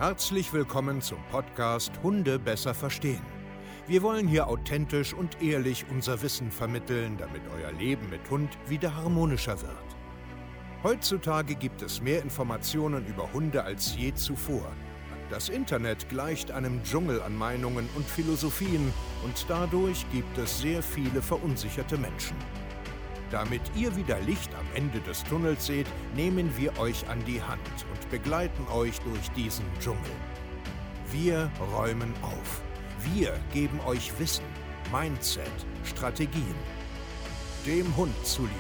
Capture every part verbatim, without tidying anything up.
Herzlich willkommen zum Podcast Hunde besser verstehen. Wir wollen hier authentisch und ehrlich unser Wissen vermitteln, damit euer Leben mit Hund wieder harmonischer wird. Heutzutage gibt es mehr Informationen über Hunde als je zuvor. Das Internet gleicht einem Dschungel an Meinungen und Philosophien und dadurch gibt es sehr viele verunsicherte Menschen. Damit ihr wieder Licht am Ende des Tunnels seht, nehmen wir euch an die Hand und begleiten euch durch diesen Dschungel. Wir räumen auf. Wir geben euch Wissen, Mindset, Strategien. Dem Hund zuliebe.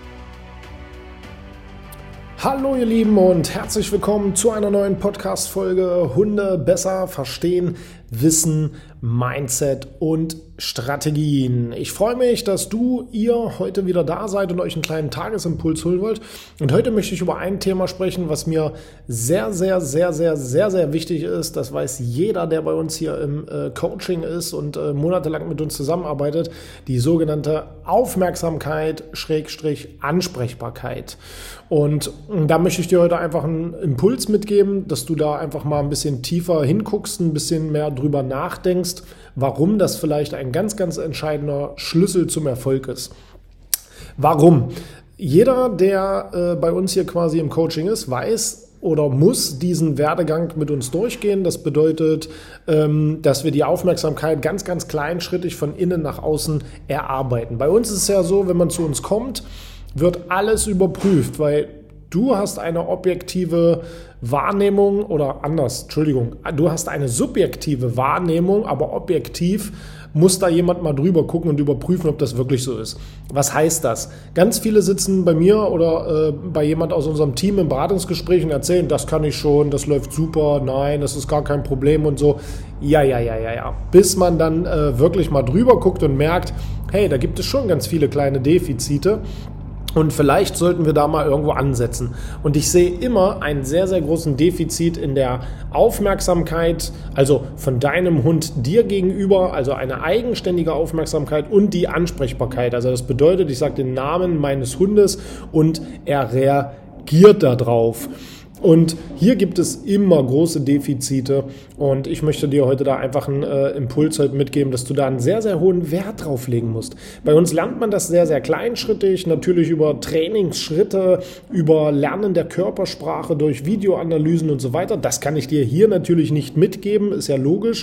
Hallo ihr Lieben und herzlich willkommen zu einer neuen Podcast-Folge Hunde besser verstehen, Wissen, Mindset und Strategien. Ich freue mich, dass du, ihr heute wieder da seid und euch einen kleinen Tagesimpuls holen wollt. Und heute möchte ich über ein Thema sprechen, was mir sehr, sehr, sehr, sehr, sehr, sehr wichtig ist. Das weiß jeder, der bei uns hier im äh, Coaching ist und äh, monatelang mit uns zusammenarbeitet. Die sogenannte Aufmerksamkeit, Schrägstrich, Ansprechbarkeit. Und da möchte ich dir heute einfach einen Impuls mitgeben, dass du da einfach mal ein bisschen tiefer hinguckst, ein bisschen mehr drüber nachdenkst, warum das vielleicht ein ganz, ganz entscheidender Schlüssel zum Erfolg ist. Warum? Jeder, der äh, bei uns hier quasi im Coaching ist, weiß oder muss diesen Werdegang mit uns durchgehen. Das bedeutet, ähm, dass wir die Aufmerksamkeit ganz, ganz kleinschrittig von innen nach außen erarbeiten. Bei uns ist es ja so, wenn man zu uns kommt, wird alles überprüft, weil du hast eine objektive Wahrnehmung oder anders, Entschuldigung, du hast eine subjektive Wahrnehmung, aber objektiv muss da jemand mal drüber gucken und überprüfen, ob das wirklich so ist. Was heißt das? Ganz viele sitzen bei mir oder äh, bei jemand aus unserem Team im Beratungsgespräch und erzählen, das kann ich schon, das läuft super, nein, das ist gar kein Problem und so. Ja, ja, ja, ja, ja. Bis man dann äh, wirklich mal drüber guckt und merkt, hey, da gibt es schon ganz viele kleine Defizite. Und vielleicht sollten wir da mal irgendwo ansetzen. Und ich sehe immer einen sehr, sehr großen Defizit in der Aufmerksamkeit, also von deinem Hund dir gegenüber, also eine eigenständige Aufmerksamkeit und die Ansprechbarkeit. Also das bedeutet, ich sage den Namen meines Hundes und er reagiert darauf. Und hier gibt es immer große Defizite und ich möchte dir heute da einfach einen äh, Impuls heute mitgeben, dass du da einen sehr, sehr hohen Wert drauf legen musst. Bei uns lernt man das sehr, sehr kleinschrittig, natürlich über Trainingsschritte, über Lernen der Körpersprache durch Videoanalysen und so weiter. Das kann ich dir hier natürlich nicht mitgeben, ist ja logisch,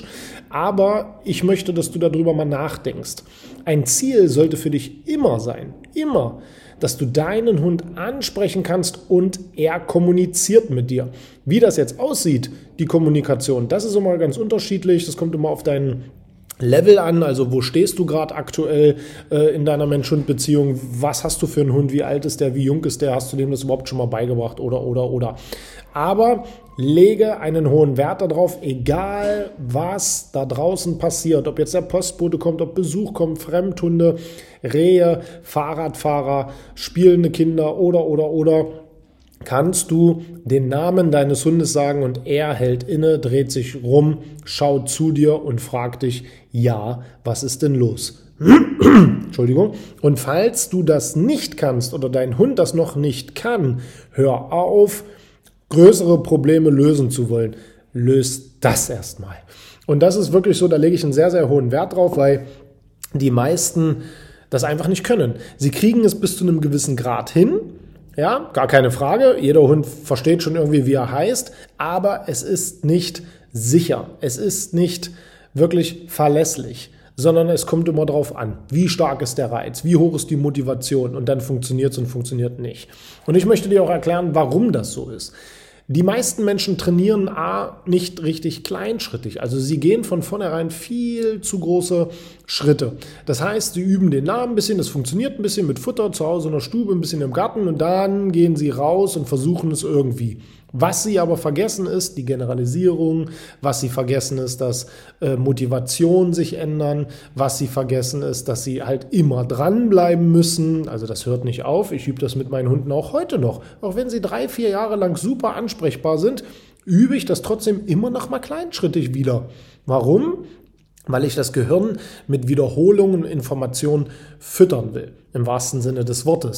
aber ich möchte, dass du darüber mal nachdenkst. Ein Ziel sollte für dich immer sein, immer, dass du deinen Hund ansprechen kannst und er kommuniziert mit dir. Wie das jetzt aussieht, die Kommunikation, das ist immer ganz unterschiedlich. Das kommt immer auf deinen Level an, also wo stehst du gerade aktuell äh, in deiner Mensch-Hund-Beziehung, was hast du für einen Hund, wie alt ist der, wie jung ist der, hast du dem das überhaupt schon mal beigebracht oder, oder, oder. Aber lege einen hohen Wert darauf, egal was da draußen passiert, ob jetzt der Postbote kommt, ob Besuch kommt, Fremdhunde, Rehe, Fahrradfahrer, spielende Kinder oder, oder, oder, kannst du den Namen deines Hundes sagen und er hält inne, dreht sich rum, schaut zu dir und fragt dich, ja, was ist denn los? Entschuldigung. Und falls du das nicht kannst oder dein Hund das noch nicht kann, hör auf, größere Probleme lösen zu wollen. Löst das erstmal. Und das ist wirklich so, da lege ich einen sehr, sehr hohen Wert drauf, weil die meisten das einfach nicht können. Sie kriegen es bis zu einem gewissen Grad hin. Ja, gar keine Frage. Jeder Hund versteht schon irgendwie, wie er heißt, aber es ist nicht sicher. Es ist nicht wirklich verlässlich, sondern es kommt immer drauf an, wie stark ist der Reiz, wie hoch ist die Motivation und dann funktioniert es und funktioniert nicht. Und ich möchte dir auch erklären, warum das so ist. Die meisten Menschen trainieren A, nicht richtig kleinschrittig. Also sie gehen von vornherein viel zu große Schritte. Das heißt, sie üben den Namen ein bisschen, das funktioniert ein bisschen mit Futter zu Hause in der Stube, ein bisschen im Garten und dann gehen sie raus und versuchen es irgendwie. Was sie aber vergessen ist, die Generalisierung, was sie vergessen ist, dass äh, Motivation sich ändern, was sie vergessen ist, dass sie halt immer dranbleiben müssen, also das hört nicht auf, ich übe das mit meinen Hunden auch heute noch, auch wenn sie drei, vier Jahre lang super ansprechbar sind, übe ich das trotzdem immer noch mal kleinschrittig wieder. Warum? Weil ich das Gehirn mit Wiederholungen und Informationen füttern will, im wahrsten Sinne des Wortes.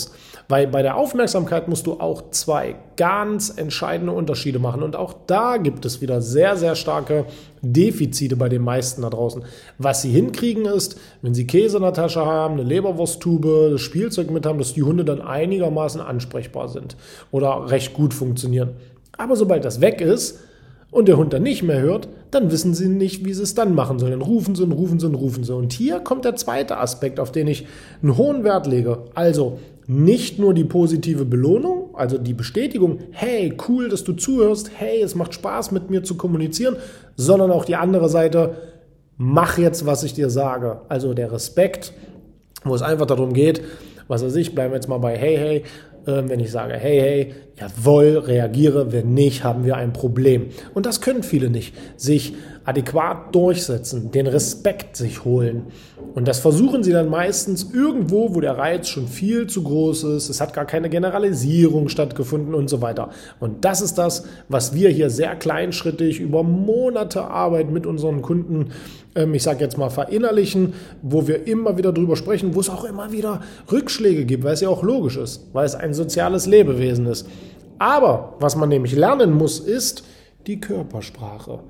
Weil bei der Aufmerksamkeit musst du auch zwei ganz entscheidende Unterschiede machen. Und auch da gibt es wieder sehr, sehr starke Defizite bei den meisten da draußen. Was sie hinkriegen ist, wenn sie Käse in der Tasche haben, eine Leberwursttube, das Spielzeug mit haben, dass die Hunde dann einigermaßen ansprechbar sind oder recht gut funktionieren. Aber sobald das weg ist und der Hund dann nicht mehr hört, dann wissen sie nicht, wie sie es dann machen sollen. Dann rufen sie und rufen sie und rufen sie. Und hier kommt der zweite Aspekt, auf den ich einen hohen Wert lege. Also nicht nur die positive Belohnung, also die Bestätigung, hey, cool, dass du zuhörst, hey, es macht Spaß, mit mir zu kommunizieren, sondern auch die andere Seite, mach jetzt, was ich dir sage. Also der Respekt, wo es einfach darum geht, was weiß ich, bleiben wir jetzt mal bei hey, hey, wenn ich sage, hey, hey, jawohl, reagiere, wenn nicht, haben wir ein Problem. Und das können viele nicht. Sich adäquat durchsetzen, den Respekt sich holen. Und das versuchen sie dann meistens irgendwo, wo der Reiz schon viel zu groß ist, es hat gar keine Generalisierung stattgefunden und so weiter. Und das ist das, was wir hier sehr kleinschrittig über Monate Arbeit mit unseren Kunden, ähm, ich sage jetzt mal, verinnerlichen, wo wir immer wieder drüber sprechen, wo es auch immer wieder Rückschläge gibt, weil es ja auch logisch ist, weil es ein soziales Lebewesen ist. Aber was man nämlich lernen muss, ist die Körpersprache.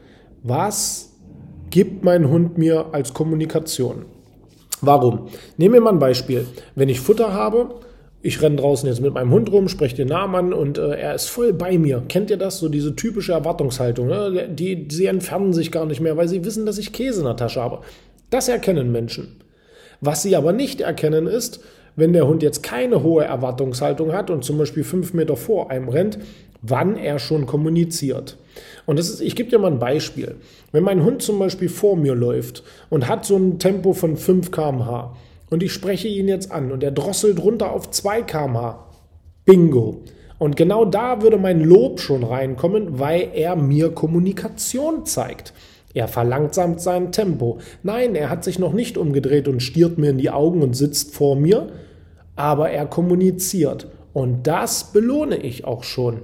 Was gibt mein Hund mir als Kommunikation? Warum? Nehmen wir mal ein Beispiel. Wenn ich Futter habe, ich renne draußen jetzt mit meinem Hund rum, spreche den Namen an und äh, er ist voll bei mir. Kennt ihr das? So diese typische Erwartungshaltung. Ne? Die, sie entfernen sich gar nicht mehr, weil sie wissen, dass ich Käse in der Tasche habe. Das erkennen Menschen. Was sie aber nicht erkennen ist, wenn der Hund jetzt keine hohe Erwartungshaltung hat und zum Beispiel fünf Meter vor einem rennt, wann er schon kommuniziert. Und das ist, ich gebe dir mal ein Beispiel. Wenn mein Hund zum Beispiel vor mir läuft und hat so ein Tempo von fünf Kilometer pro Stunde und ich spreche ihn jetzt an und er drosselt runter auf zwei Kilometer pro Stunde, bingo. Und genau da würde mein Lob schon reinkommen, weil er mir Kommunikation zeigt. Er verlangsamt sein Tempo. Nein, er hat sich noch nicht umgedreht und stiert mir in die Augen und sitzt vor mir, aber er kommuniziert. Und das belohne ich auch schon.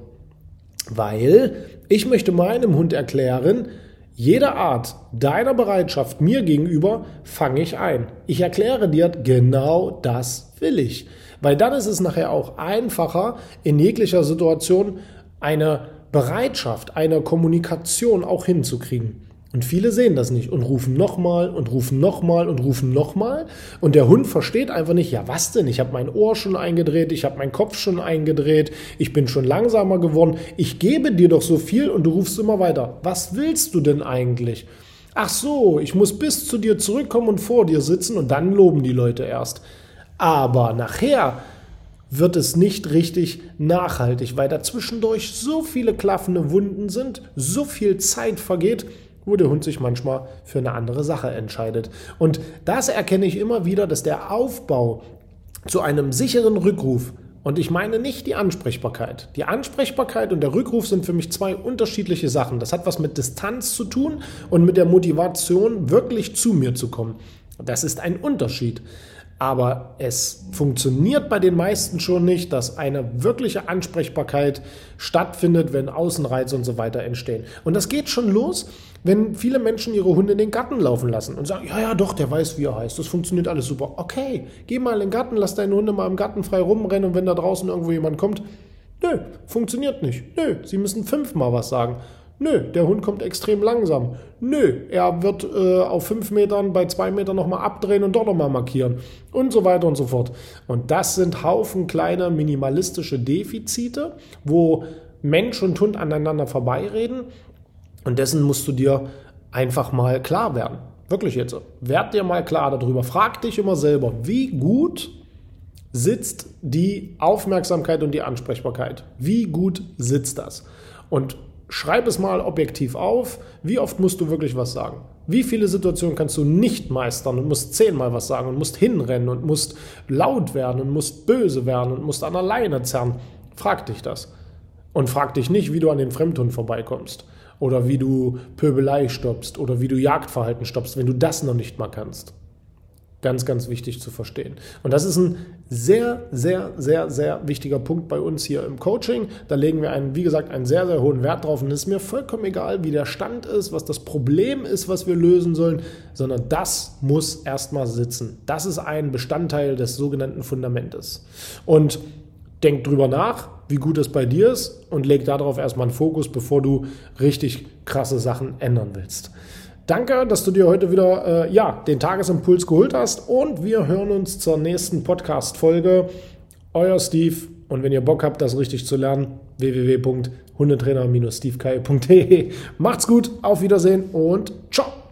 Weil ich möchte meinem Hund erklären, jede Art deiner Bereitschaft mir gegenüber fange ich ein. Ich erkläre dir, genau das will ich. Weil dann ist es nachher auch einfacher, in jeglicher Situation eine Bereitschaft, eine Kommunikation auch hinzukriegen. Und viele sehen das nicht und rufen nochmal und rufen nochmal und rufen nochmal. Und der Hund versteht einfach nicht, ja was denn, ich habe mein Ohr schon eingedreht, ich habe meinen Kopf schon eingedreht, ich bin schon langsamer geworden. Ich gebe dir doch so viel und du rufst immer weiter. Was willst du denn eigentlich? Ach so, ich muss bis zu dir zurückkommen und vor dir sitzen und dann loben die Leute erst. Aber nachher wird es nicht richtig nachhaltig, weil dazwischendurch so viele klaffende Wunden sind, so viel Zeit vergeht, wo der Hund sich manchmal für eine andere Sache entscheidet. Und das erkenne ich immer wieder, dass der Aufbau zu einem sicheren Rückruf, und ich meine nicht die Ansprechbarkeit. Die Ansprechbarkeit und der Rückruf sind für mich zwei unterschiedliche Sachen. Das hat was mit Distanz zu tun und mit der Motivation, wirklich zu mir zu kommen. Das ist ein Unterschied. Aber es funktioniert bei den meisten schon nicht, dass eine wirkliche Ansprechbarkeit stattfindet, wenn Außenreize und so weiter entstehen. Und das geht schon los, wenn viele Menschen ihre Hunde in den Garten laufen lassen und sagen, ja, ja, doch, der weiß, wie er heißt, das funktioniert alles super. Okay, geh mal in den Garten, lass deine Hunde mal im Garten frei rumrennen und wenn da draußen irgendwo jemand kommt, nö, funktioniert nicht. Nö, sie müssen fünfmal was sagen. Nö, der Hund kommt extrem langsam. Nö, er wird äh, auf fünf Metern bei zwei Metern nochmal abdrehen und dort nochmal markieren und so weiter und so fort. Und das sind Haufen kleiner minimalistische Defizite, wo Mensch und Hund aneinander vorbeireden und dessen musst du dir einfach mal klar werden. Wirklich jetzt. Werd dir mal klar darüber. Frag dich immer selber, wie gut sitzt die Aufmerksamkeit und die Ansprechbarkeit? Wie gut sitzt das? Und schreib es mal objektiv auf, wie oft musst du wirklich was sagen? Wie viele Situationen kannst du nicht meistern und musst zehnmal was sagen und musst hinrennen und musst laut werden und musst böse werden und musst an der Leine zerren? Frag dich das. Und frag dich nicht, wie du an den Fremdhund vorbeikommst oder wie du Pöbelei stoppst oder wie du Jagdverhalten stoppst, wenn du das noch nicht mal kannst. Ganz, ganz wichtig zu verstehen. Und das ist ein sehr, sehr, sehr, sehr wichtiger Punkt bei uns hier im Coaching. Da legen wir, einen, wie gesagt, einen sehr, sehr hohen Wert drauf. Und es ist mir vollkommen egal, wie der Stand ist, was das Problem ist, was wir lösen sollen, sondern das muss erstmal sitzen. Das ist ein Bestandteil des sogenannten Fundamentes. Und denk drüber nach, wie gut es bei dir ist und leg darauf erstmal einen Fokus, bevor du richtig krasse Sachen ändern willst. Danke, dass du dir heute wieder äh, ja, den Tagesimpuls geholt hast und wir hören uns zur nächsten Podcast-Folge. Euer Steve und wenn ihr Bock habt, das richtig zu lernen, w w w punkt hundetrainer Bindestrich steve keil punkt d e. Macht's gut, auf Wiedersehen und ciao!